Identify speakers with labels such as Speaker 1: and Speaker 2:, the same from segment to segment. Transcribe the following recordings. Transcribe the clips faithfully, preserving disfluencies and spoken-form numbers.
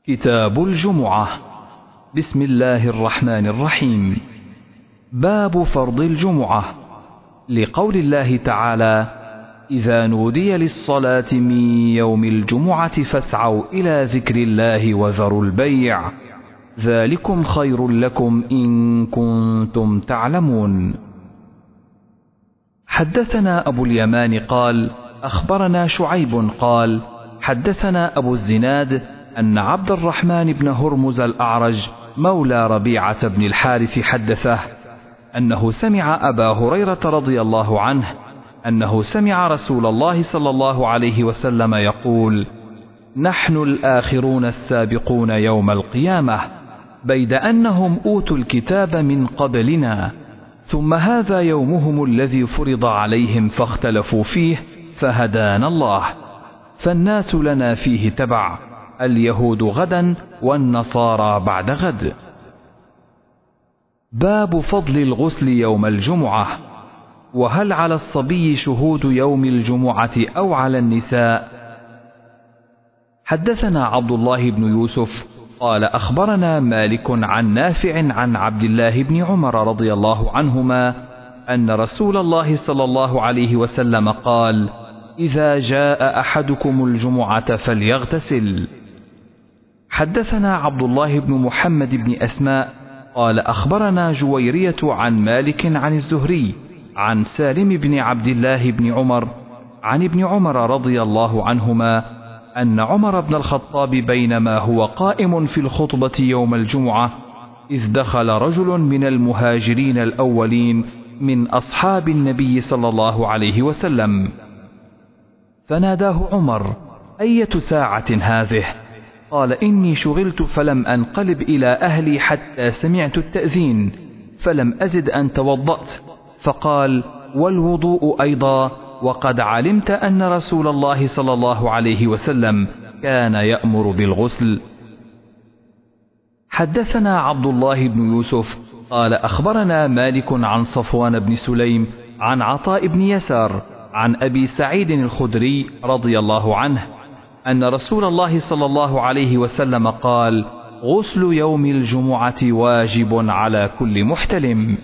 Speaker 1: كتاب الجمعة. بسم الله الرحمن الرحيم. باب فرض الجمعة، لقول الله تعالى: إذا نودي للصلاة من يوم الجمعة فاسعوا إلى ذكر الله وذروا البيع، ذلكم خير لكم إن كنتم تعلمون. حدثنا أبو اليمان قال: أخبرنا شعيب قال: حدثنا أبو الزناد أن عبد الرحمن بن هرمز الأعرج مولى ربيعة بن الحارث حدثه أنه سمع أبا هريرة رضي الله عنه أنه سمع رسول الله صلى الله عليه وسلم يقول: نحن الآخرون السابقون يوم القيامة، بيد أنهم أوتوا الكتاب من قبلنا، ثم هذا يومهم الذي فرض عليهم فاختلفوا فيه فهدانا الله، فالناس لنا فيه تبع، اليهود غدا والنصارى بعد غد. باب فضل الغسل يوم الجمعة، وهل على الصبي شهود يوم الجمعة أو على النساء؟ حدثنا عبد الله بن يوسف قال: أخبرنا مالك عن نافع عن عبد الله بن عمر رضي الله عنهما أن رسول الله صلى الله عليه وسلم قال: إذا جاء أحدكم الجمعة فليغتسل. حدثنا عبد الله بن محمد بن أسماء قال: أخبرنا جويرية عن مالك عن الزهري عن سالم بن عبد الله بن عمر عن ابن عمر رضي الله عنهما أن عمر بن الخطاب بينما هو قائم في الخطبة يوم الجمعة إذ دخل رجل من المهاجرين الأولين من أصحاب النبي صلى الله عليه وسلم، فناداه عمر: أية ساعة هذه؟ قال: إني شغلت فلم أنقلب إلى أهلي حتى سمعت التأذين، فلم أزد أن توضأت. فقال: والوضوء أيضا، وقد علمت أن رسول الله صلى الله عليه وسلم كان يأمر بالغسل. حدثنا عبد الله بن يوسف قال: أخبرنا مالك عن صفوان بن سليم عن عطاء بن يسار عن أبي سعيد الخدري رضي الله عنه أن رسول الله صلى الله عليه وسلم قال: غسل يوم الجمعة واجب على كل محتلم.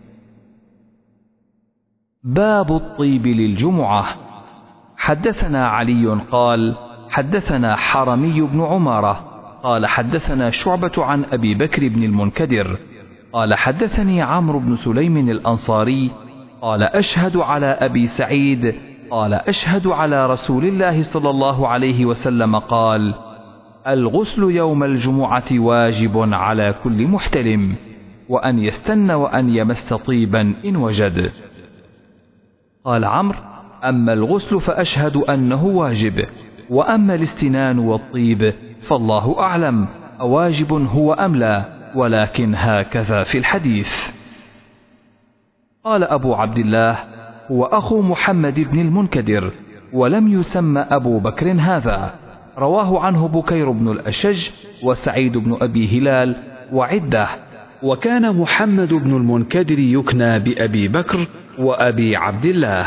Speaker 1: باب الطيب للجمعة. حدثنا علي قال: حدثنا حرمي بن عمارة قال: حدثنا شعبة عن أبي بكر بن المنكدر قال: حدثني عمرو بن سليم الأنصاري قال: أشهد على أبي سعيد قال: أشهد على رسول الله صلى الله عليه وسلم قال: الغسل يوم الجمعة واجب على كل محتلم، وأن يستن وأن يمس طيبا إن وجد. قال عمرو: أما الغسل فأشهد أنه واجب، وأما الاستنان والطيب فالله أعلم أواجب هو أم لا، ولكن هكذا في الحديث. قال أبو عبد الله: هو أخو محمد بن المنكدر، ولم يسمى أبو بكر هذا. رواه عنه بكير بن الأشج وسعيد بن أبي هلال وعدة، وكان محمد بن المنكدر يكنى بأبي بكر وأبي عبد الله.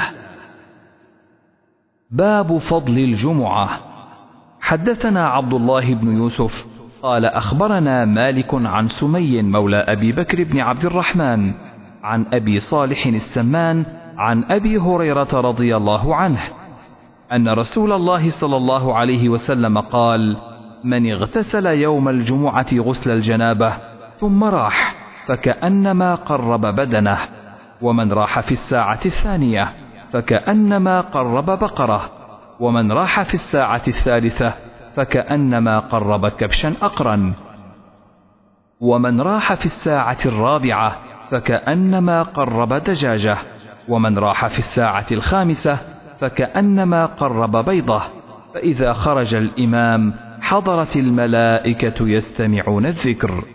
Speaker 1: باب فضل الجمعة. حدثنا عبد الله بن يوسف قال: أخبرنا مالك عن سمي مولى أبي بكر بن عبد الرحمن عن أبي صالح السمان عن أبي هريرة رضي الله عنه أن رسول الله صلى الله عليه وسلم قال: من اغتسل يوم الجمعة غسل الجنابة ثم راح فكأنما قرب بدنه، ومن راح في الساعة الثانية فكأنما قرب بقرة، ومن راح في الساعة الثالثة فكأنما قرب كبشا أقرا، ومن راح في الساعة الرابعة فكأنما قرب دجاجة، ومن راح في الساعة الخامسة فكأنما قرب بيضة، فإذا خرج الإمام حضرت الملائكة يستمعون الذكر.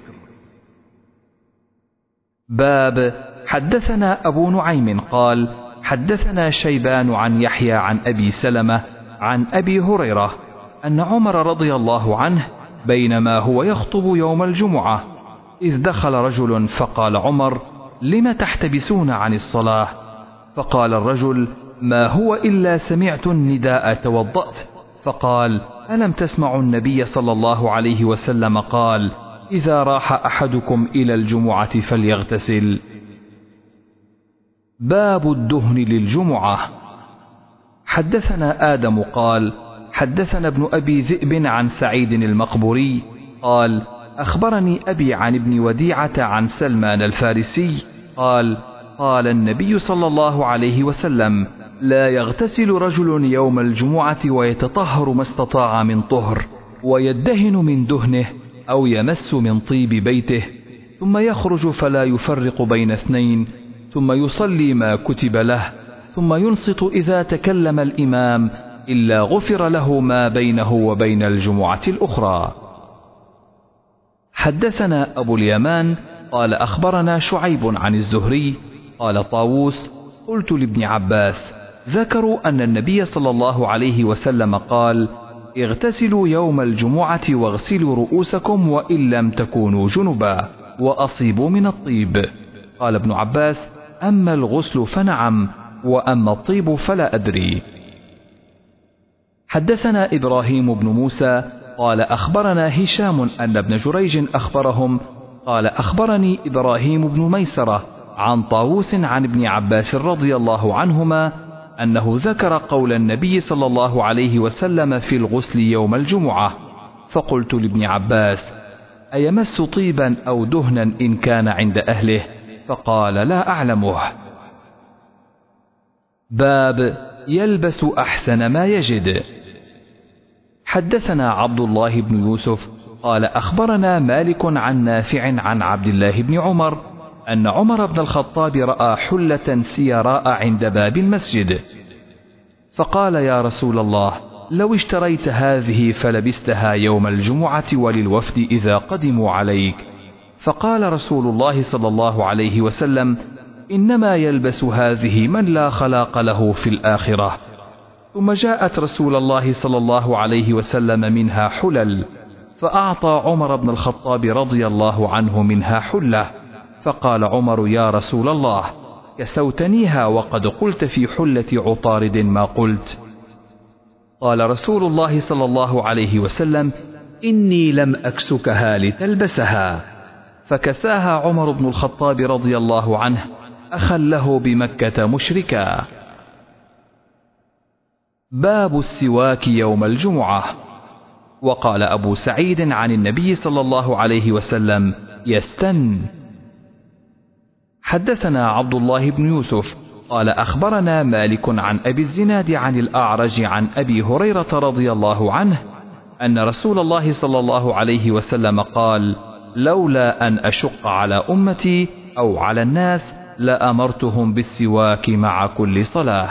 Speaker 1: باب حدثنا أبو نعيم قال: حدثنا شيبان عن يحيى عن أبي سلمة عن أبي هريرة أن عمر رضي الله عنه بينما هو يخطب يوم الجمعة إذ دخل رجل فقال عمر: لم تحتبسون عن الصلاة؟ فقال الرجل: ما هو إلا سمعت النداء توضأت. فقال: ألم تسمعوا النبي صلى الله عليه وسلم قال: إذا راح أحدكم إلى الجمعة فليغتسل. باب الدهن للجمعة. حدثنا آدم قال: حدثنا ابن أبي ذئب عن سعيد المقبوري قال: أخبرني أبي عن ابن وديعة عن سلمان الفارسي قال: قال النبي صلى الله عليه وسلم: لا يغتسل رجل يوم الجمعة ويتطهر ما استطاع من طهر، ويدهن من دهنه أو يمس من طيب بيته، ثم يخرج فلا يفرق بين اثنين، ثم يصلي ما كتب له، ثم ينصت إذا تكلم الإمام، إلا غفر له ما بينه وبين الجمعة الأخرى. حدثنا أبو اليمان قال: أخبرنا شعيب عن الزهري قال طاووس: قلت لابن عباس: ذكروا أن النبي صلى الله عليه وسلم قال: اغتسلوا يوم الجمعة واغسلوا رؤوسكم وإن لم تكونوا جنبا، وأصيبوا من الطيب. قال ابن عباس: أما الغسل فنعم، وأما الطيب فلا أدري. حدثنا إبراهيم بن موسى قال: أخبرنا هشام أن ابن جريج أخبرهم قال: أخبرني إبراهيم بن ميسرة عن طاووس عن ابن عباس رضي الله عنهما أنه ذكر قول النبي صلى الله عليه وسلم في الغسل يوم الجمعة، فقلت لابن عباس: أيمس طيبا أو دهنا إن كان عند أهله؟ فقال: لا أعلمه. باب يلبس أحسن ما يجد. حدثنا عبد الله بن يوسف قال: أخبرنا مالك عن نافع عن عبد الله بن عمر أن عمر بن الخطاب رأى حلة سيراء عند باب المسجد، فقال: يا رسول الله، لو اشتريت هذه فلبستها يوم الجمعة وللوفد إذا قدموا عليك. فقال رسول الله صلى الله عليه وسلم: إنما يلبس هذه من لا خلاق له في الآخرة. ثم جاءت رسول الله صلى الله عليه وسلم منها حلل، فأعطى عمر بن الخطاب رضي الله عنه منها حلة، فقال عمر: يا رسول الله، كسوتنيها وقد قلت في حلة عطارد ما قلت. قال رسول الله صلى الله عليه وسلم: إني لم أكسكها لتلبسها. فكساها عمر بن الخطاب رضي الله عنه أخا له بمكة مشركا. باب السواك يوم الجمعة. وقال أبو سعيد عن النبي صلى الله عليه وسلم: يستن. حدثنا عبد الله بن يوسف قال: أخبرنا مالك عن أبي الزناد عن الأعرج عن أبي هريرة رضي الله عنه أن رسول الله صلى الله عليه وسلم قال: لولا أن أشق على أمتي أو على الناس لأمرتهم بالسواك مع كل صلاة.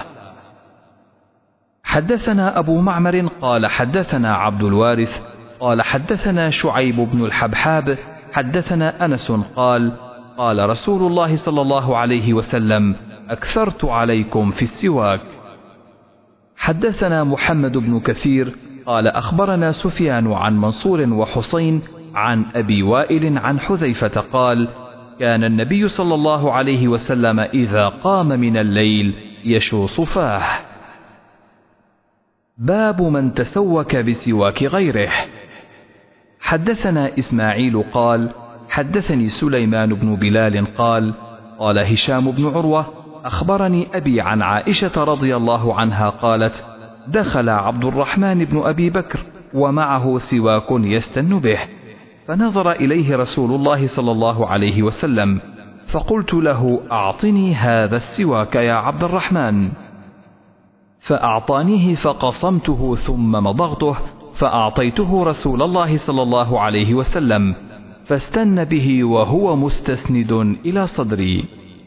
Speaker 1: حدثنا أبو معمر قال: حدثنا عبد الوارث قال: حدثنا شعيب بن الحبحاب حدثنا أنس قال: قال رسول الله صلى الله عليه وسلم: أكثرت عليكم في السواك. حدثنا محمد بن كثير قال: أخبرنا سفيان عن منصور وحسين عن أبي وائل عن حذيفة قال: كان النبي صلى الله عليه وسلم إذا قام من الليل يشوص فاه. باب من تسوك بسواك غيره. حدثنا إسماعيل قال: حدثني سليمان بن بلال قال: قال هشام بن عروة: أخبرني أبي عن عائشة رضي الله عنها قالت: دخل عبد الرحمن بن أبي بكر ومعه سواك يستن به، فنظر إليه رسول الله صلى الله عليه وسلم، فقلت له: أعطني هذا السواك يا عبد الرحمن. فأعطانيه فقصمته ثم مضغته، فأعطيته رسول الله صلى الله عليه وسلم، فاستن به وهو مستسند إلى صدري.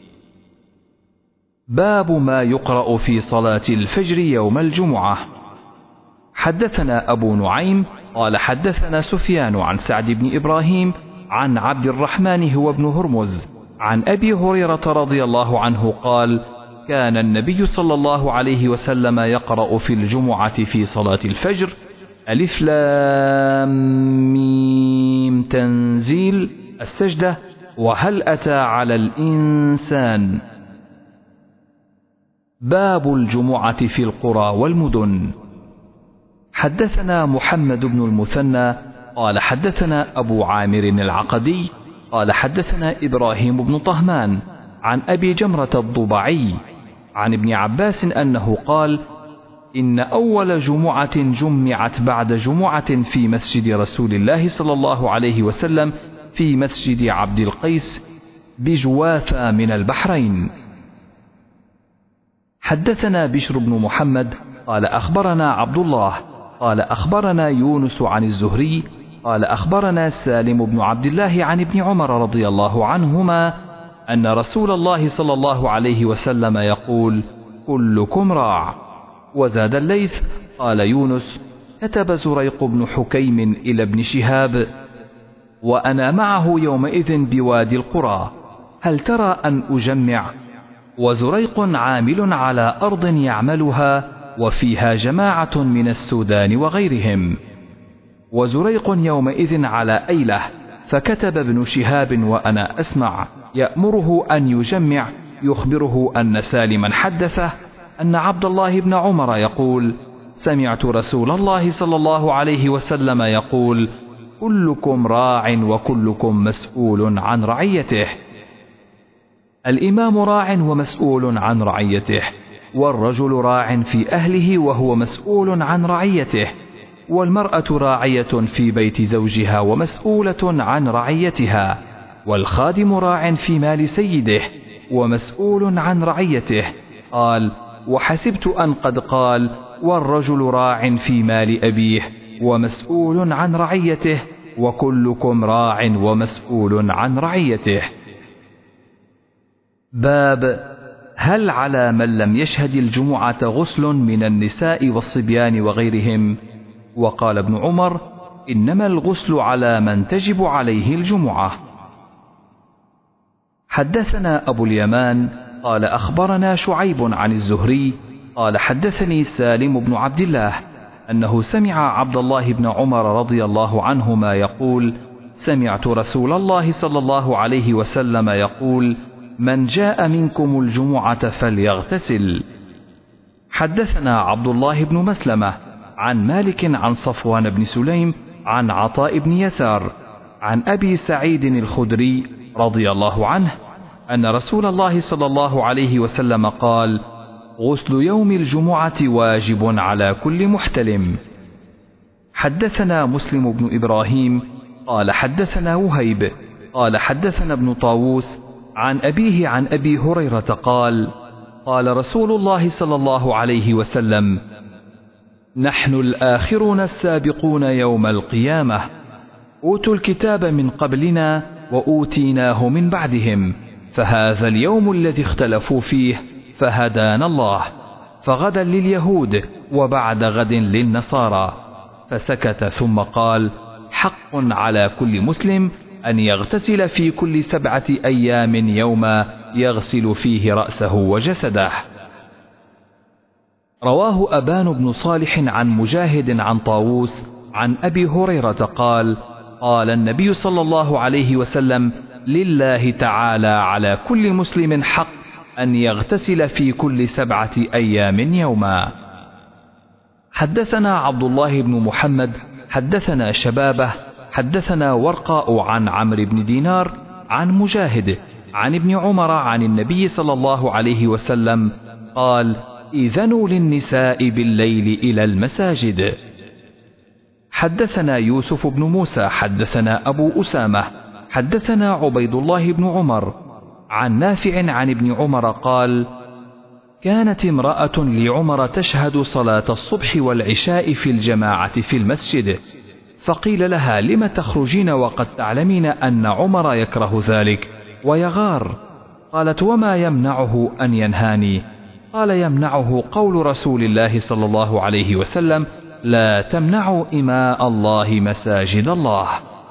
Speaker 1: باب ما يقرأ في صلاة الفجر يوم الجمعة. حدثنا أبو نعيم قال: حدثنا سفيان عن سعد بن إبراهيم عن عبد الرحمن هو ابن هرمز عن أبي هريرة رضي الله عنه قال: كان النبي صلى الله عليه وسلم يقرأ في الجمعة في صلاة الفجر: ألف لام ميم تنزيل، السجدة، وهل أتى على الإنسان. باب الجمعة في القرى والمدن. حدثنا محمد بن المثنى قال حدثنا أبو عامر العقدي قال حدثنا إبراهيم بن طهمان عن أبي جمرة الضبعي عن ابن عباس أنه قال: إن أول جمعة جمعت بعد جمعة في مسجد رسول الله صلى الله عليه وسلم في مسجد عبد القيس بجواثة من البحرين. حدثنا بشر بن محمد قال أخبرنا عبد الله قال أخبرنا يونس عن الزهري قال أخبرنا سالم بن عبد الله عن ابن عمر رضي الله عنهما أن رسول الله صلى الله عليه وسلم يقول: كلكم راع. وزاد الليث قال يونس: كتب زريق بن حكيم إلى ابن شهاب وأنا معه يومئذ بوادي القرى، هل ترى أن أجمع؟ وزريق عامل على أرض يعملها وفيها جماعة من السودان وغيرهم، وزريق يومئذ على أيله، فكتب ابن شهاب وأنا أسمع يأمره أن يجمع، يخبره أن سالما حدثه أن عبد الله بن عمر يقول: سمعت رسول الله صلى الله عليه وسلم يقول: كلكم راع وكلكم مسؤول عن رعيته. الإمام راع ومسؤول عن رعيته، والرجل راع في أهله وهو مسؤول عن رعيته، والمرأة راعية في بيت زوجها ومسؤولة عن رعيتها، والخادم راع في مال سيده ومسؤول عن رعيته. قال: وحسبت أن قد قال: والرجل راع في مال أبيه ومسؤول عن رعيته، وكلكم راع ومسؤول عن رعيته. باب: هل على من لم يشهد الجمعة غسل من النساء والصبيان وغيرهم؟ وقال ابن عمر: إنما الغسل على من تجب عليه الجمعة. حدثنا أبو اليمان قال أخبرنا شعيب عن الزهري قال حدثني سالم بن عبد الله أنه سمع عبد الله بن عمر رضي الله عنهما يقول: سمعت رسول الله صلى الله عليه وسلم يقول: من جاء منكم الجمعة فليغتسل. حدثنا عبد الله بن مسلمة عن مالك عن صفوان بن سليم عن عطاء بن يسار عن أبي سعيد الخدري رضي الله عنه أن رسول الله صلى الله عليه وسلم قال: غسل يوم الجمعة واجب على كل محتلم. حدثنا مسلم بن إبراهيم قال حدثنا وهيب قال حدثنا ابن طاووس عن أبيه عن أبي هريرة قال: قال رسول الله صلى الله عليه وسلم: نحن الآخرون السابقون يوم القيامة، أوتوا الكتاب من قبلنا وأوتيناه من بعدهم، فهذا اليوم الذي اختلفوا فيه فهدانا الله، فغدا لليهود وبعد غد للنصارى. فسكت ثم قال: حق على كل مسلم أن يغتسل في كل سبعة أيام يوما يغسل فيه رأسه وجسده. رواه أبان بن صالح عن مجاهد عن طاووس عن أبي هريرة قال: قال النبي صلى الله عليه وسلم: لله تعالى على كل مسلم حق أن يغتسل في كل سبعة أيام يوما. حدثنا عبد الله بن محمد حدثنا شبابه حدثنا ورقاء عن عمرو بن دينار عن مجاهد عن ابن عمر عن النبي صلى الله عليه وسلم قال: إذنوا للنساء بالليل إلى المساجد. حدثنا يوسف بن موسى حدثنا أبو أسامة حدثنا عبيد الله بن عمر عن نافع عن ابن عمر قال: كانت امرأة لعمر تشهد صلاة الصبح والعشاء في الجماعة في المسجد، فقيل لها: لم تخرجين وقد تعلمين أن عمر يكره ذلك ويغار؟ قالت: وما يمنعه أن ينهاني؟ قال: يمنعه قول رسول الله صلى الله عليه وسلم: لا تمنعوا إماء الله مساجد الله.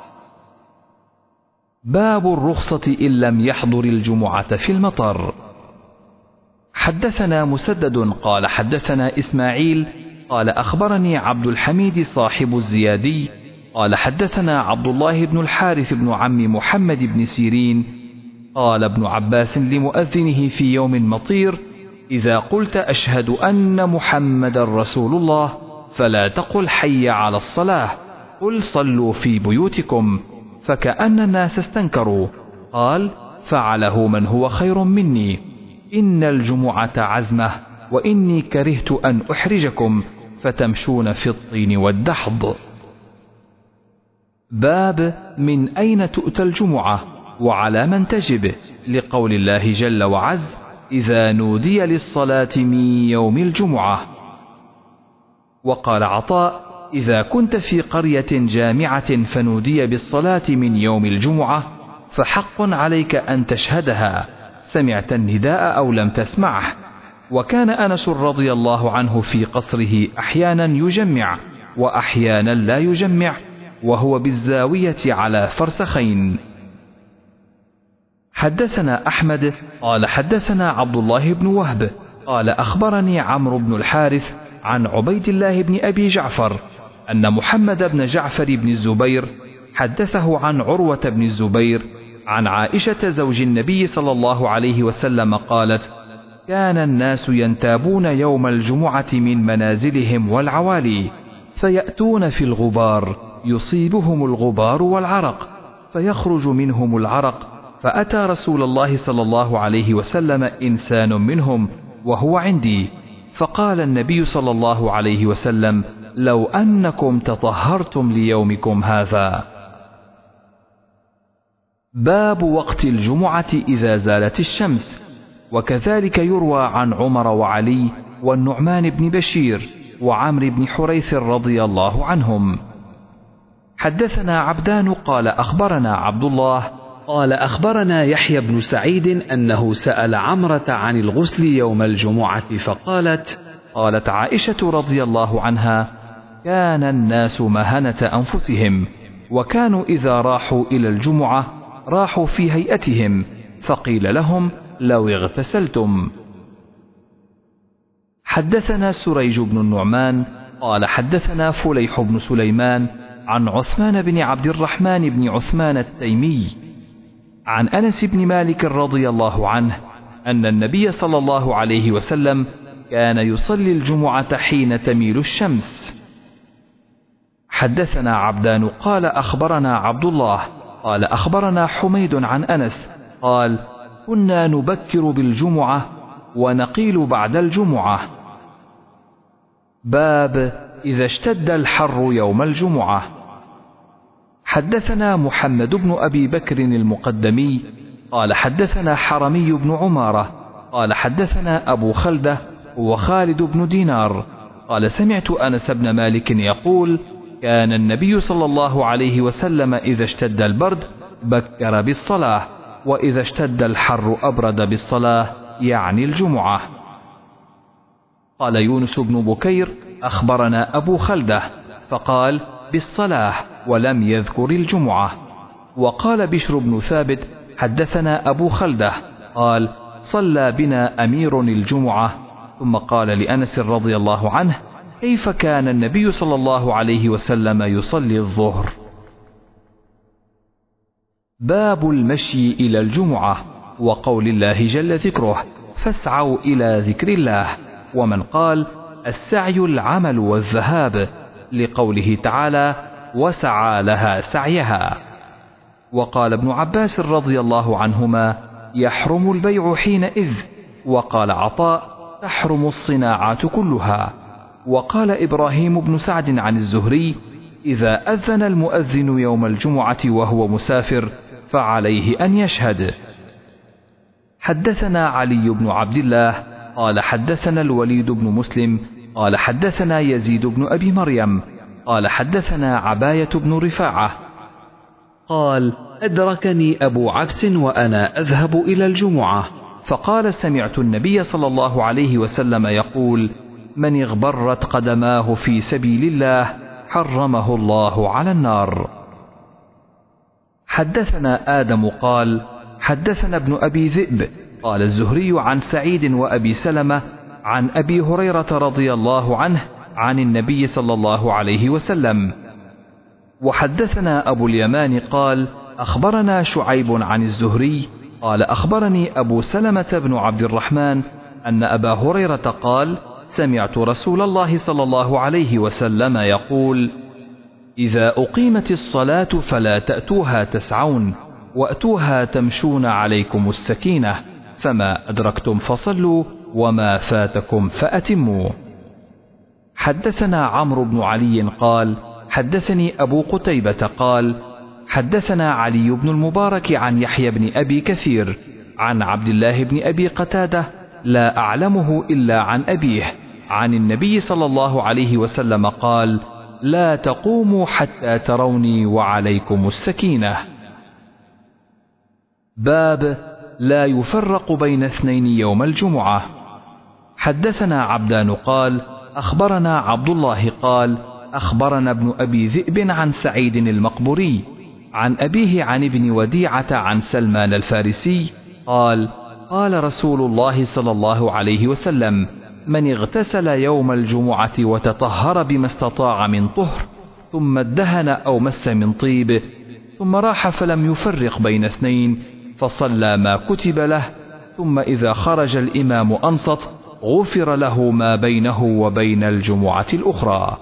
Speaker 1: باب الرخصة إن لم يحضر الجمعة في المطر. حدثنا مسدد قال حدثنا إسماعيل قال أخبرني عبد الحميد صاحب الزيادي قال حدثنا عبد الله بن الحارث بن عم محمد بن سيرين قال ابن عباس لمؤذنه في يوم مطير: إذا قلت أشهد أن محمد رسول الله فلا تقل حي على الصلاة، قل صلوا في بيوتكم، فكأن الناس استنكروا. قال: فعله من هو خير مني، إن الجمعة عزمة، وإني كرهت أن أحرجكم فتمشون في الطين والدحض. باب من أين تؤتى الجمعة وعلى من تجب، لقول الله جل وعز: إذا نودي للصلاة من يوم الجمعة. وقال عطاء: إذا كنت في قرية جامعة فنودي بالصلاة من يوم الجمعة فحق عليك أن تشهدها، سمعت النداء أو لم تسمعه. وكان أنس رضي الله عنه في قصره أحيانا يجمع وأحيانا لا يجمع، وهو بالزاوية على فرسخين. حدثنا أحمد قال حدثنا عبد الله بن وهب قال أخبرني عمرو بن الحارث عن عبيد الله بن أبي جعفر أن محمد بن جعفر بن الزبير حدثه عن عروة بن الزبير عن عائشة زوج النبي صلى الله عليه وسلم قالت: كان الناس ينتابون يوم الجمعة من منازلهم والعوالي، فيأتون في الغبار يصيبهم الغبار والعرق، فيخرج منهم العرق، فأتى رسول الله صلى الله عليه وسلم إنسان منهم وهو عندي، فقال النبي صلى الله عليه وسلم: لو أنكم تطهرتم ليومكم هذا. باب وقت الجمعة إذا زالت الشمس. وكذلك يروى عن عمر وعلي والنعمان بن بشير وعمرو بن حريث رضي الله عنهم. حدثنا عبدان قال أخبرنا عبد الله قال أخبرنا يحيى بن سعيد أنه سأل عمرة عن الغسل يوم الجمعة فقالت: قالت عائشة رضي الله عنها: كان الناس مهنة أنفسهم، وكانوا إذا راحوا إلى الجمعة راحوا في هيئتهم، فقيل لهم: لو اغتسلتم. حدثنا سريج بن النعمان قال حدثنا فليح بن سليمان عن عثمان بن عبد الرحمن بن عثمان التيمي عن أنس بن مالك رضي الله عنه أن النبي صلى الله عليه وسلم كان يصلي الجمعة حين تميل الشمس. حدثنا عبدان قال أخبرنا عبد الله قال أخبرنا حميد عن أنس قال: كنا نبكر بالجمعة ونقيل بعد الجمعة. باب إذا اشتد الحر يوم الجمعة. حدثنا محمد بن أبي بكر المقدمي قال حدثنا حرمي بن عمارة قال حدثنا أبو خلدة وخالد بن دينار قال: سمعت أنس بن مالك يقول: كان النبي صلى الله عليه وسلم إذا اشتد البرد بكر بالصلاة، وإذا اشتد الحر أبرد بالصلاة، يعني الجمعة. قال يونس بن بكير: أخبرنا أبو خلدة فقال: بالصلاة، ولم يذكر الجمعة. وقال بشر بن ثابت: حدثنا أبو خلدة قال: صلى بنا أمير الجمعة، ثم قال لأنس رضي الله عنه: كيف كان النبي صلى الله عليه وسلم يصلي الظهر؟ باب المشي إلى الجمعة، وقول الله جل ذكره: فاسعوا إلى ذكر الله. ومن قال: السعي العمل والذهاب، لقوله تعالى: وسعى لها سعيها. وقال ابن عباس رضي الله عنهما: يحرم البيع حينئذ. وقال عطاء: تحرم الصناعات كلها. وقال إبراهيم بن سعد عن الزهري: إذا أذن المؤذن يوم الجمعة وهو مسافر فعليه أن يشهد. حدثنا علي بن عبد الله قال حدثنا الوليد بن مسلم قال حدثنا يزيد بن أبي مريم قال حدثنا عباية بن رفاعة قال: أدركني أبو عبس وأنا أذهب إلى الجمعة، فقال: سمعت النبي صلى الله عليه وسلم يقول: من اغبرت قدماه في سبيل الله حرمه الله على النار. حدثنا آدم قال حدثنا ابن أبي ذئب قال الزهري عن سعيد وأبي سلمة عن أبي هريرة رضي الله عنه عن النبي صلى الله عليه وسلم. وحدثنا أبو اليمان قال أخبرنا شعيب عن الزهري قال أخبرني أبو سلمة بن عبد الرحمن أن أبا هريرة قال: سمعت رسول الله صلى الله عليه وسلم يقول: إذا أقيمت الصلاة فلا تأتوها تسعون وأتوها تمشون عليكم السكينة، فما أدركتم فصلوا وما فاتكم فأتموا. حدثنا عمرو بن علي قال: حدثني أبو قتيبة قال: حدثنا علي بن المبارك عن يحيى بن أبي كثير عن عبد الله بن أبي قتادة لا أعلمه إلا عن أبيه عن النبي صلى الله عليه وسلم قال: لا تقوموا حتى تروني وعليكم السكينة. باب لا يفرق بين اثنين يوم الجمعة. حدثنا عبدان قال: أخبرنا عبد الله قال: أخبرنا ابن أبي ذئب عن سعيد المقبوري عن أبيه عن ابن وديعة عن سلمان الفارسي قال: قال رسول الله صلى الله عليه وسلم: من اغتسل يوم الجمعة وتطهر بما استطاع من طهر ثم ادهن أو مس من طيب ثم راح فلم يفرق بين اثنين فصلى ما كتب له ثم إذا خرج الإمام أنصت غفر له ما بينه وبين الجمعة الأخرى.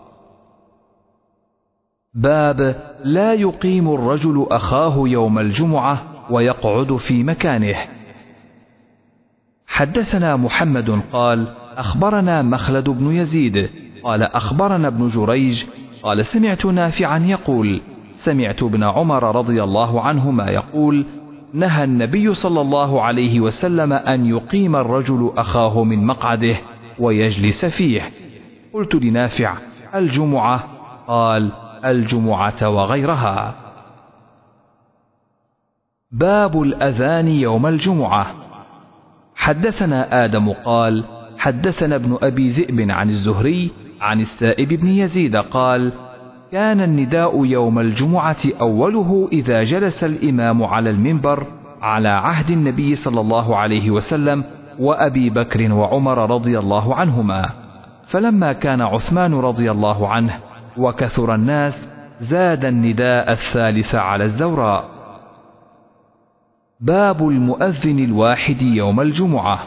Speaker 1: باب لا يقيم الرجل أخاه يوم الجمعة ويقعد في مكانه. حدثنا محمد قال: أخبرنا مخلد بن يزيد قال: أخبرنا ابن جريج قال: سمعت نافعا يقول: سمعت ابن عمر رضي الله عنهما يقول: نهى النبي صلى الله عليه وسلم أن يقيم الرجل أخاه من مقعده ويجلس فيه. قلت لنافع: الجمعة؟ قال: الجمعة وغيرها. باب الأذان يوم الجمعة. حدثنا آدم قال: حدثنا ابن أبي ذئب عن الزهري عن السائب بن يزيد قال: كان النداء يوم الجمعة أوله إذا جلس الإمام على المنبر على عهد النبي صلى الله عليه وسلم وأبي بكر وعمر رضي الله عنهما، فلما كان عثمان رضي الله عنه وكثر الناس زاد النداء الثالث على الزوراء. باب المؤذن الواحد يوم الجمعة.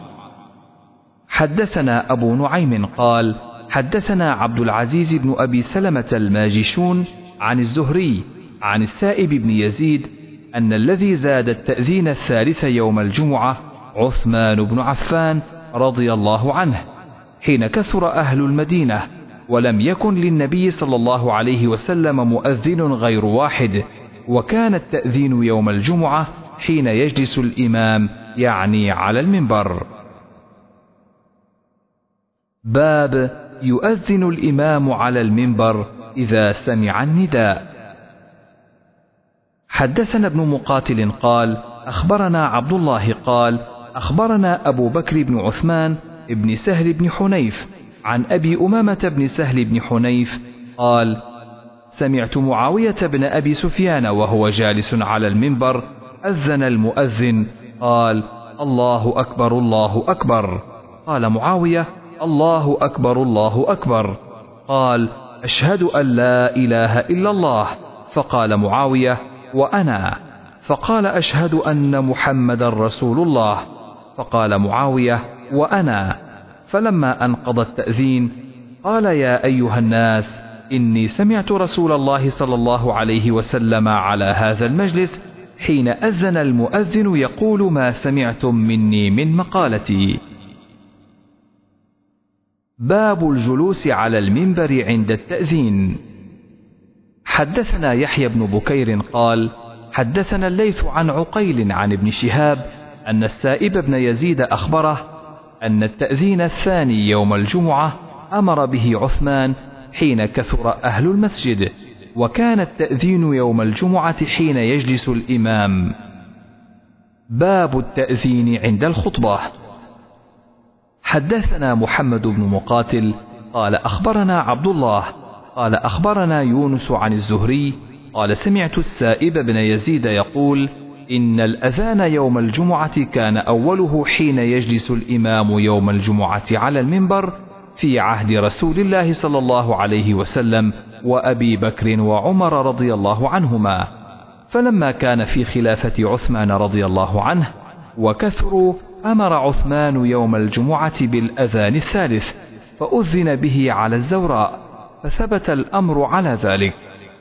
Speaker 1: حدثنا أبو نعيم قال: حدثنا عبد العزيز بن أبي سلمة الماجشون عن الزهري عن السائب بن يزيد أن الذي زاد التأذين الثالث يوم الجمعة عثمان بن عفان رضي الله عنه حين كثر أهل المدينة ولم يكن للنبي صلى الله عليه وسلم مؤذن غير واحد، وكان التأذين يوم الجمعة حين يجلس الإمام يعني على المنبر. باب يؤذن الإمام على المنبر إذا سمع النداء. حدثنا ابن مقاتل قال: أخبرنا عبد الله قال: أخبرنا أبو بكر بن عثمان ابن سهل بن حنيف عن أبي أمامة بن سهل بن حنيف قال: سمعت معاوية بن أبي سفيان وهو جالس على المنبر أذن المؤذن قال: الله أكبر الله أكبر. قال معاوية: الله أكبر الله أكبر. قال: أشهد أن لا إله إلا الله. فقال معاوية: وأنا. فقال: أشهد أن محمد رسول الله. فقال معاوية: وأنا. فلما انقضى التأذين قال: يا أيها الناس، إني سمعت رسول الله صلى الله عليه وسلم على هذا المجلس حين أذن المؤذن يقول ما سمعتم مني من مقالتي. باب الجلوس على المنبر عند التأذين. حدثنا يحيى بن بكير قال: حدثنا الليث عن عقيل عن ابن شهاب أن السائب بن يزيد أخبره أن التأذين الثاني يوم الجمعة أمر به عثمان حين كثر أهل المسجد، وكان التأذين يوم الجمعة حين يجلس الإمام. باب التأذين عند الخطبة. حدثنا محمد بن مقاتل قال: أخبرنا عبد الله قال: أخبرنا يونس عن الزهري قال: سمعت السائب بن يزيد يقول: إن الأذان يوم الجمعة كان أوله حين يجلس الإمام يوم الجمعة على المنبر في عهد رسول الله صلى الله عليه وسلم وأبي بكر وعمر رضي الله عنهما، فلما كان في خلافة عثمان رضي الله عنه وكثروا أمر عثمان يوم الجمعة بالأذان الثالث فأذن به على الزوراء، فثبت الأمر على ذلك.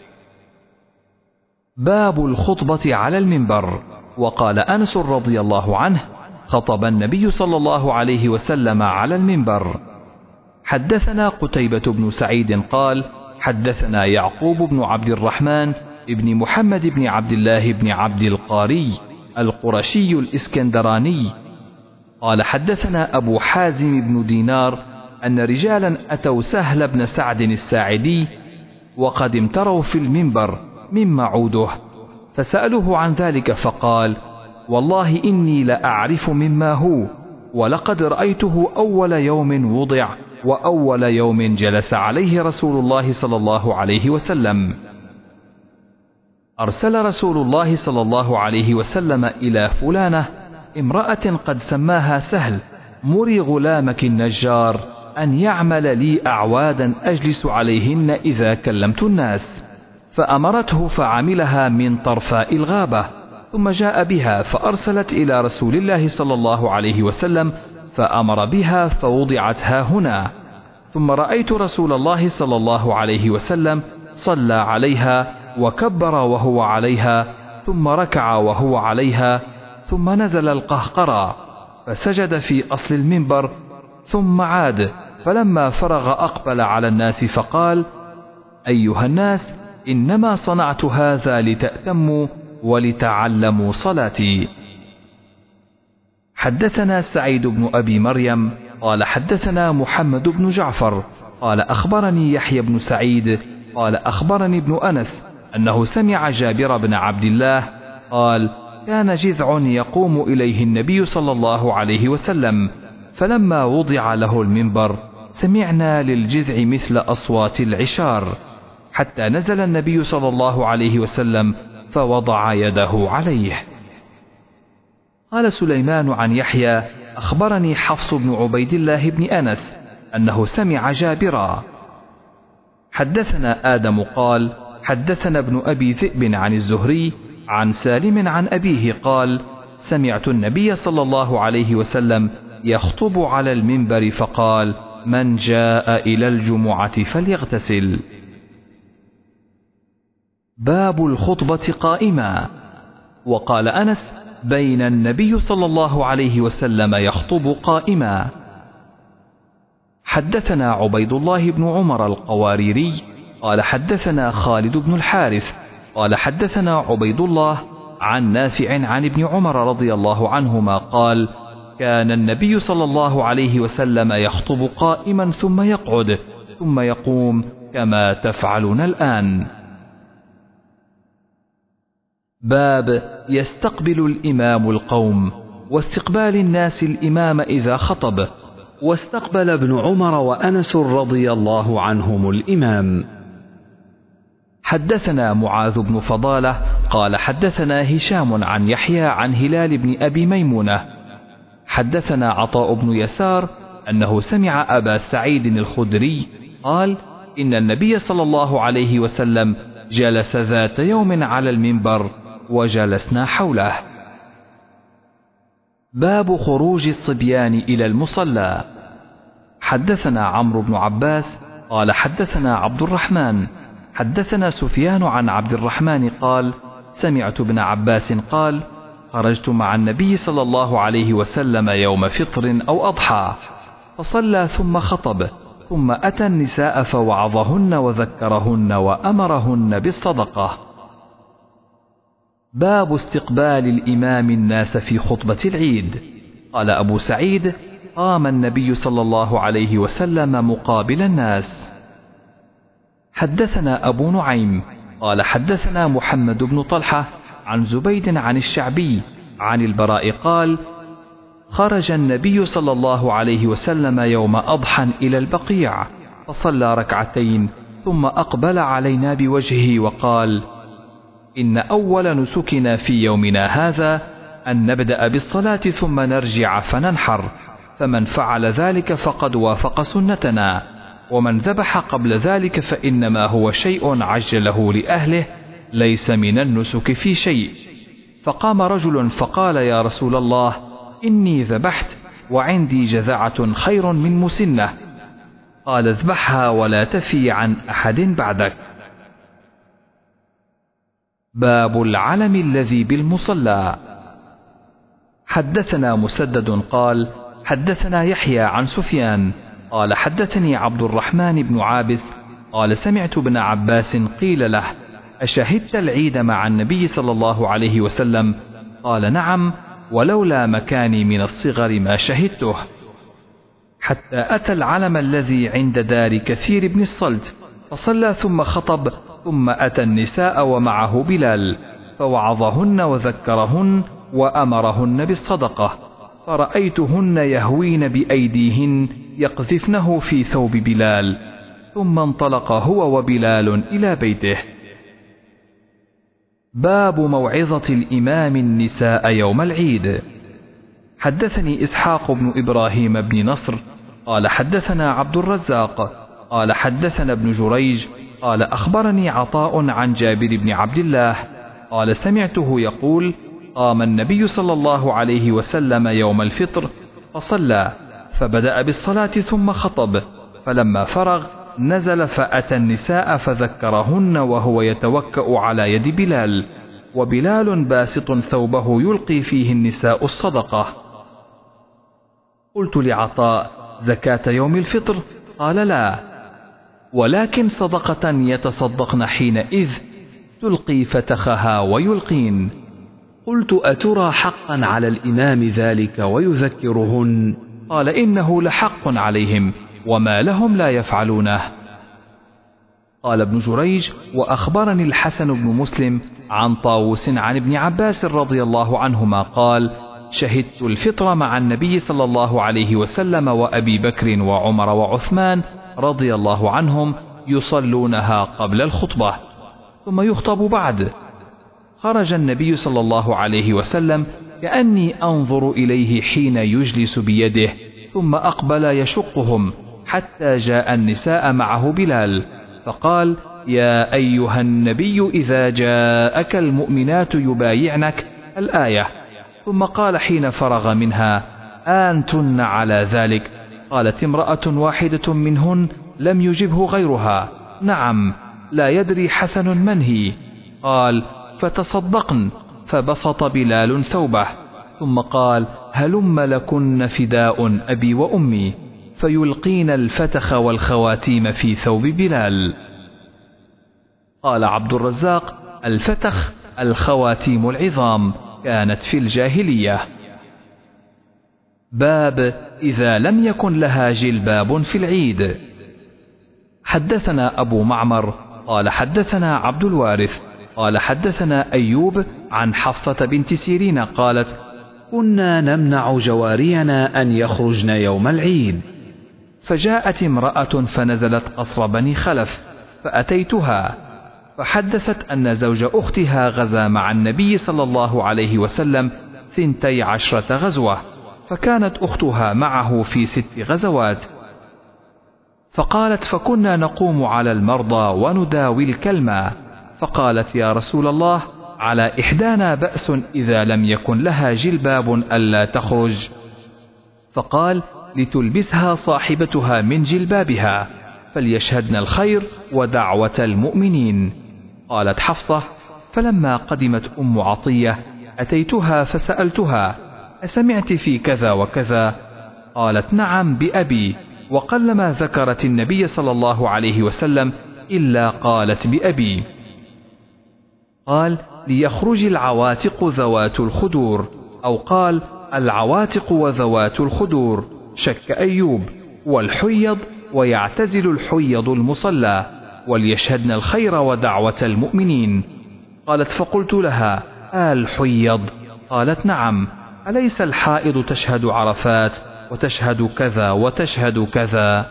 Speaker 1: باب الخطبة على المنبر. وقال أنس رضي الله عنه: خطب النبي صلى الله عليه وسلم على المنبر. حدثنا قتيبة بن سعيد قال: حدثنا يعقوب بن عبد الرحمن ابن محمد بن عبد الله بن عبد القاري القرشي الإسكندراني قال: حدثنا أبو حازم بن دينار أن رجالا أتوا سهل بن سعد الساعدي وقد امتروا في المنبر مما عوده، فسألوه عن ذلك فقال: والله إني لأعرف مما هو، ولقد رأيته أول يوم وضع وأول يوم جلس عليه رسول الله صلى الله عليه وسلم. أرسل رسول الله صلى الله عليه وسلم إلى فلانة امرأة قد سماها سهل: مري غلامك النجار أن يعمل لي أعوادا أجلس عليهن إذا كلمت الناس، فأمرته فعملها من طرفاء الغابة، ثم جاء بها فأرسلت إلى رسول الله صلى الله عليه وسلم فأمر بها فوضعت ها هنا، ثم رأيت رسول الله صلى الله عليه وسلم صلى عليها وكبر وهو عليها، ثم ركع وهو عليها، ثم نزل القهقرى فسجد في أصل المنبر، ثم عاد، فلما فرغ أقبل على الناس فقال: أيها الناس، إنما صنعت هذا لتأتموا ولتعلموا صلاتي. حدثنا سعيد بن أبي مريم قال: حدثنا محمد بن جعفر قال: أخبرني يحيى بن سعيد قال: أخبرني ابن أنس أنه سمع جابر بن عبد الله قال: كان جذع يقوم إليه النبي صلى الله عليه وسلم، فلما وضع له المنبر سمعنا للجذع مثل أصوات العشار، حتى نزل النبي صلى الله عليه وسلم فوضع يده عليه. قال سليمان عن يحيى: أخبرني حفص بن عبيد الله بن أنس أنه سمع جابرا. حدثنا آدم قال: حدثنا ابن أبي ذئب عن الزهري عن سالم عن أبيه قال: سمعت النبي صلى الله عليه وسلم يخطب على المنبر فقال: من جاء إلى الجمعة فليغتسل. باب الخطبة قائما. وقال أنس: بين النبي صلى الله عليه وسلم يخطب قائما. حدثنا عبيد الله بن عمر القواريري قال: حدثنا خالد بن الحارث قال: حدثنا عبيد الله عن نافع عن ابن عمر رضي الله عنهما قال: كان النبي صلى الله عليه وسلم يخطب قائما ثم يقعد ثم يقوم كما تفعلون الآن. باب يستقبل الإمام القوم واستقبال الناس الإمام إذا خطب. واستقبل ابن عمر وأنس رضي الله عنهم الإمام. حدثنا معاذ بن فضالة قال: حدثنا هشام عن يحيى عن هلال بن أبي ميمونة حدثنا عطاء بن يسار أنه سمع أبا سعيد الخدري قال: إن النبي صلى الله عليه وسلم جلس ذات يوم على المنبر وجلسنا حوله. باب خروج الصبيان إلى المصلى. حدثنا عمرو بن عباس قال: حدثنا عبد الرحمن حدثنا سفيان عن عبد الرحمن قال: سمعت ابن عباس قال: خرجت مع النبي صلى الله عليه وسلم يوم فطر أو أضحى، فصلى ثم خطب، ثم أتى النساء فوعظهن وذكرهن وأمرهن بالصدقة. باب استقبال الإمام الناس في خطبة العيد. قال أبو سعيد: قام النبي صلى الله عليه وسلم مقابل الناس. حدثنا أبو نعيم قال: حدثنا محمد بن طلحة عن زبيد عن الشعبي عن البراء قال: خرج النبي صلى الله عليه وسلم يوم أضحى إلى البقيع فصلى ركعتين ثم أقبل علينا بوجهه وقال: إن أول نسكنا في يومنا هذا أن نبدأ بالصلاة ثم نرجع فننحر، فمن فعل ذلك فقد وافق سنتنا، ومن ذبح قبل ذلك فإنما هو شيء عجله لأهله ليس من النسك في شيء. فقام رجل فقال: يا رسول الله، إني ذبحت وعندي جذعة خير من مسنة. قال اذبحها ولا تفي عن أحد بعدك. باب العلم الذي بالمصلى. حدثنا مسدد قال حدثنا يحيى عن سفيان قال حدثني عبد الرحمن بن عابس قال سمعت ابن عباس قيل له أشهدت العيد مع النبي صلى الله عليه وسلم؟ قال نعم، ولولا مكاني من الصغر ما شهدته. حتى أتى العلم الذي عند دار كثير بن الصلت فصلى ثم خطب، ثم أتى النساء ومعه بلال فوعظهن وذكرهن وأمرهن بالصدقة، فرأيتهن يهوين بأيديهن يقذفنه في ثوب بلال، ثم انطلق هو وبلال إلى بيته. باب موعظة الإمام النساء يوم العيد. حدثني إسحاق بن إبراهيم بن نصر قال حدثنا عبد الرزاق قال حدثنا ابن جريج قال أخبرني عطاء عن جابر بن عبد الله قال سمعته يقول قام النبي صلى الله عليه وسلم يوم الفطر فصلى، فبدأ بالصلاة ثم خطب، فلما فرغ نزل فأتى النساء فذكرهن وهو يتوكأ على يد بلال، وبلال باسط ثوبه يلقي فيه النساء الصدقة. قلت لعطاء زكاة يوم الفطر؟ قال لا، ولكن صدقة يتصدقن حينئذ تلقي فتخها ويلقين. قلت أترى حقا على الإمام ذلك ويذكرهن؟ قال إنه لحق عليهم، وما لهم لا يفعلونه. قال ابن جريج وأخبرني الحسن بن مسلم عن طاووس عن ابن عباس رضي الله عنهما قال شهدت الفطر مع النبي صلى الله عليه وسلم وأبي بكر وعمر وعثمان رضي الله عنهم يصلونها قبل الخطبة ثم يخطب بعد. خرج النبي صلى الله عليه وسلم كأني أنظر إليه حين يجلس بيده، ثم أقبل يشقهم حتى جاء النساء معه بلال فقال يا أيها النبي إذا جاءك المؤمنات يبايعنك الآية، ثم قال حين فرغ منها أنتن على ذلك؟ قالت امرأة واحدة منهن لم يجبه غيرها نعم، لا يدري حسن من هي. قال فتصدقن، فبسط بلال ثوبه ثم قال هلم لكن فداء أبي وأمي، فيلقين الفتخ والخواتيم في ثوب بلال. قال عبد الرزاق الفتخ الخواتيم العظام كانت في الجاهلية. باب إذا لم يكن لها جلباب في العيد. حدثنا أبو معمر قال حدثنا عبد الوارث قال حدثنا أيوب عن حفصة بنت سيرين قالت كنا نمنع جوارينا أن يخرجن يوم العيد، فجاءت امرأة فنزلت قصر بني خلف فأتيتها فحدثت أن زوج أختها غزا مع النبي صلى الله عليه وسلم ثنتي عشرة غزوة، فكانت أختها معه في ست غزوات. فقالت فكنا نقوم على المرضى ونداوي الكلمة، فقالت يا رسول الله على إحدانا بأس إذا لم يكن لها جلباب ألا تخرج؟ فقال لتلبسها صاحبتها من جلبابها فليشهدن الخير ودعوة المؤمنين. قالت حفصة فلما قدمت أم عطية أتيتها فسألتها أسمعت في كذا وكذا؟ قالت نعم بأبي، وقلما ذكرت النبي صلى الله عليه وسلم إلا قالت بأبي. قال ليخرج العواتق ذوات الخدور، أو قال العواتق وذوات الخدور، شك أيوب، والحيض ويعتزل الحيض المصلى، وليشهدن الخير ودعوة المؤمنين. قالت فقلت لها الحيض؟ قالت نعم، أليس الحائض تشهد عرفات وتشهد كذا وتشهد كذا؟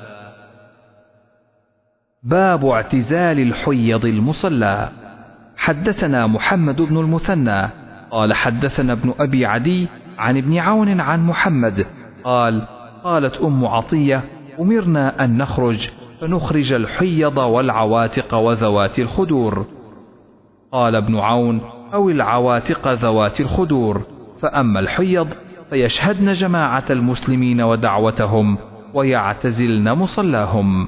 Speaker 1: باب اعتزال الحيض المصلى. حدثنا محمد بن المثنى قال حدثنا ابن أبي عدي عن ابن عون عن محمد قال قالت أم عطية أمرنا أن نخرج فنخرج الحيض والعواتق وذوات الخدور. قال ابن عون أو العواتق ذوات الخدور، فأما الحيض فيشهدن جماعة المسلمين ودعوتهم، ويعتزلن مصلاهم.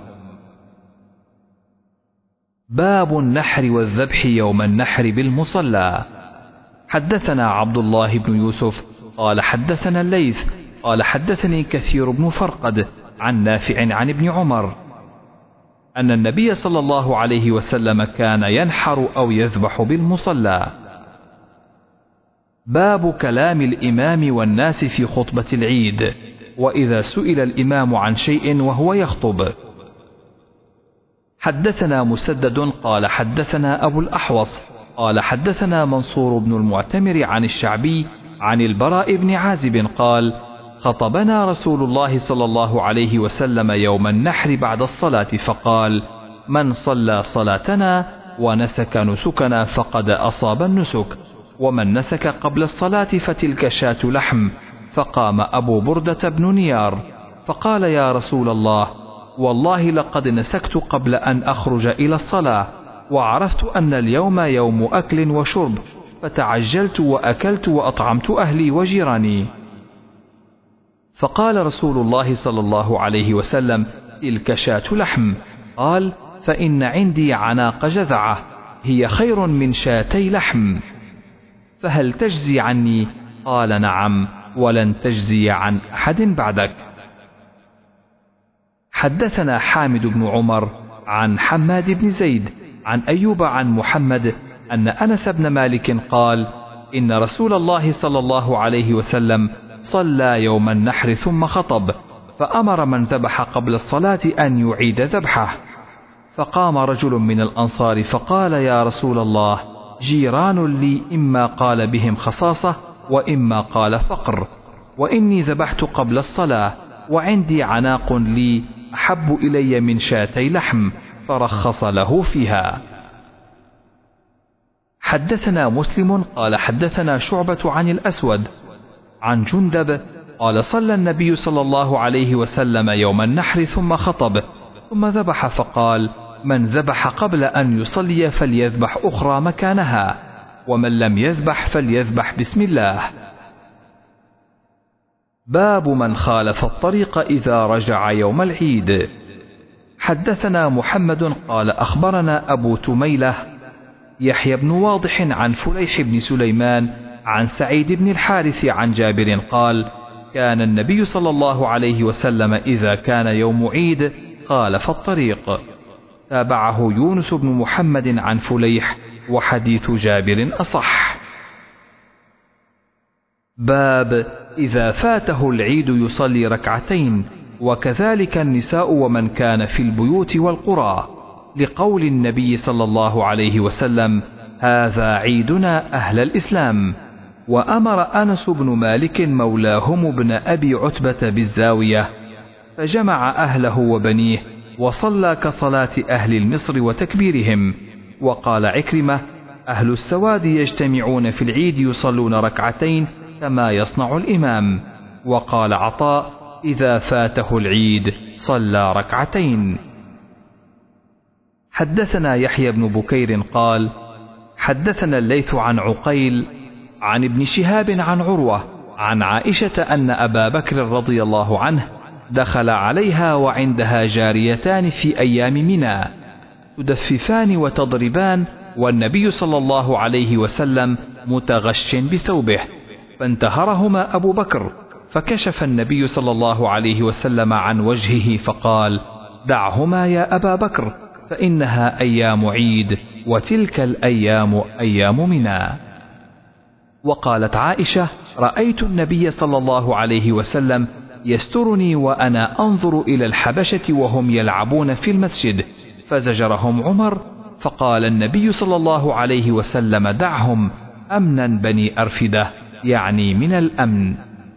Speaker 1: باب النحر والذبح يوم النحر بالمصلى. حدثنا عبد الله بن يوسف قال حدثنا الليث قال حدثني كثير بن فرقد عن نافع عن ابن عمر أن النبي صلى الله عليه وسلم كان ينحر أو يذبح بالمصلى. باب كلام الإمام والناس في خطبة العيد، وإذا سئل الإمام عن شيء وهو يخطب. حدثنا مسدد قال حدثنا أبو الأحوص قال حدثنا منصور بن المعتمر عن الشعبي عن البراء بن عازب قال خطبنا رسول الله صلى الله عليه وسلم يوم النحر بعد الصلاة فقال من صلى صلاتنا ونسك نسكنا فقد أصاب النسك، ومن نسك قبل الصلاة فتلك شاة لحم. فقام أبو بردة بن نيار فقال يا رسول الله والله لقد نسكت قبل أن أخرج إلى الصلاة، وعرفت أن اليوم يوم أكل وشرب، فتعجلت وأكلت وأطعمت أهلي وجيراني. فقال رسول الله صلى الله عليه وسلم تلك شاة لحم. قال فإن عندي عناق جذعة هي خير من شاتي لحم، فهل تجزي عني؟ قال نعم، ولن تجزي عن أحد بعدك. حدثنا حامد بن عمر عن حماد بن زيد عن أيوب عن محمد أن أنس بن مالك قال إن رسول الله صلى الله عليه وسلم صلى يوم النحر ثم خطب، فأمر من ذبح قبل الصلاة أن يعيد ذبحه. فقام رجل من الأنصار فقال يا رسول الله جيران لي إما قال بهم خصاصة وإما قال فقر، وإني ذبحت قبل الصلاة وعندي عناق لي أحب إلي من شاتي لحم، فرخص له فيها. حدثنا مسلم قال حدثنا شعبة عن الأسود عن جندب قال صلى النبي صلى الله عليه وسلم يوم النحر ثم خطب ثم ذبح فقال من ذبح قبل أن يصلي فليذبح أخرى مكانها، ومن لم يذبح فليذبح بسم الله. باب من خالف الطريق إذا رجع يوم العيد. حدثنا محمد قال أخبرنا أبو تميلة يحيى بن واضح عن فليح بن سليمان عن سعيد بن الحارث عن جابر قال كان النبي صلى الله عليه وسلم إذا كان يوم عيد خالف الطريق. تابعه يونس بن محمد عن فليح، وحديث جابر أصح. باب إذا فاته العيد يصلي ركعتين، وكذلك النساء ومن كان في البيوت والقرى، لقول النبي صلى الله عليه وسلم هذا عيدنا أهل الإسلام. وأمر أنس بن مالك مولاهم بن أبي عتبة بالزاوية فجمع أهله وبنيه وصلى كصلاة أهل المصر وتكبيرهم. وقال عكرمة أهل السواد يجتمعون في العيد يصلون ركعتين كما يصنع الإمام. وقال عطاء إذا فاته العيد صلى ركعتين. حدثنا يحيى بن بكير قال حدثنا الليث عن عقيل عن ابن شهاب عن عروة عن عائشة أن أبا بكر رضي الله عنه دخل عليها وعندها جاريتان في أيام منى تدففان وتضربان، والنبي صلى الله عليه وسلم متغش بثوبه، فانتهرهما أبو بكر، فكشف النبي صلى الله عليه وسلم عن وجهه فقال دعهما يا أبا بكر فإنها أيام عيد، وتلك الأيام أيام منى. وقالت عائشة رأيت النبي صلى الله عليه وسلم يسترني وأنا أنظر إلى الحبشة وهم يلعبون في المسجد، فزجرهم عمر، فقال النبي صلى الله عليه وسلم دعهم أمنا بني أرفدة، يعني من الأمن.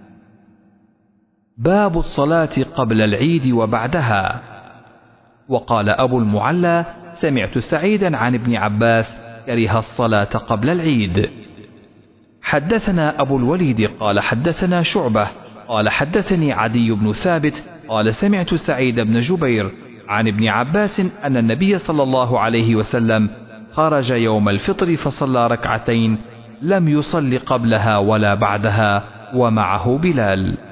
Speaker 1: باب الصلاة قبل العيد وبعدها. وقال أبو المعلى سمعت سعيدا عن ابن عباس كره الصلاة قبل العيد. حدثنا أبو الوليد قال حدثنا شعبة قال حدثني عدي بن ثابت قال سمعت سعيد بن جبير عن ابن عباس أن النبي صلى الله عليه وسلم خرج يوم الفطر فصلى ركعتين لم يصل قبلها ولا بعدها، ومعه بلال.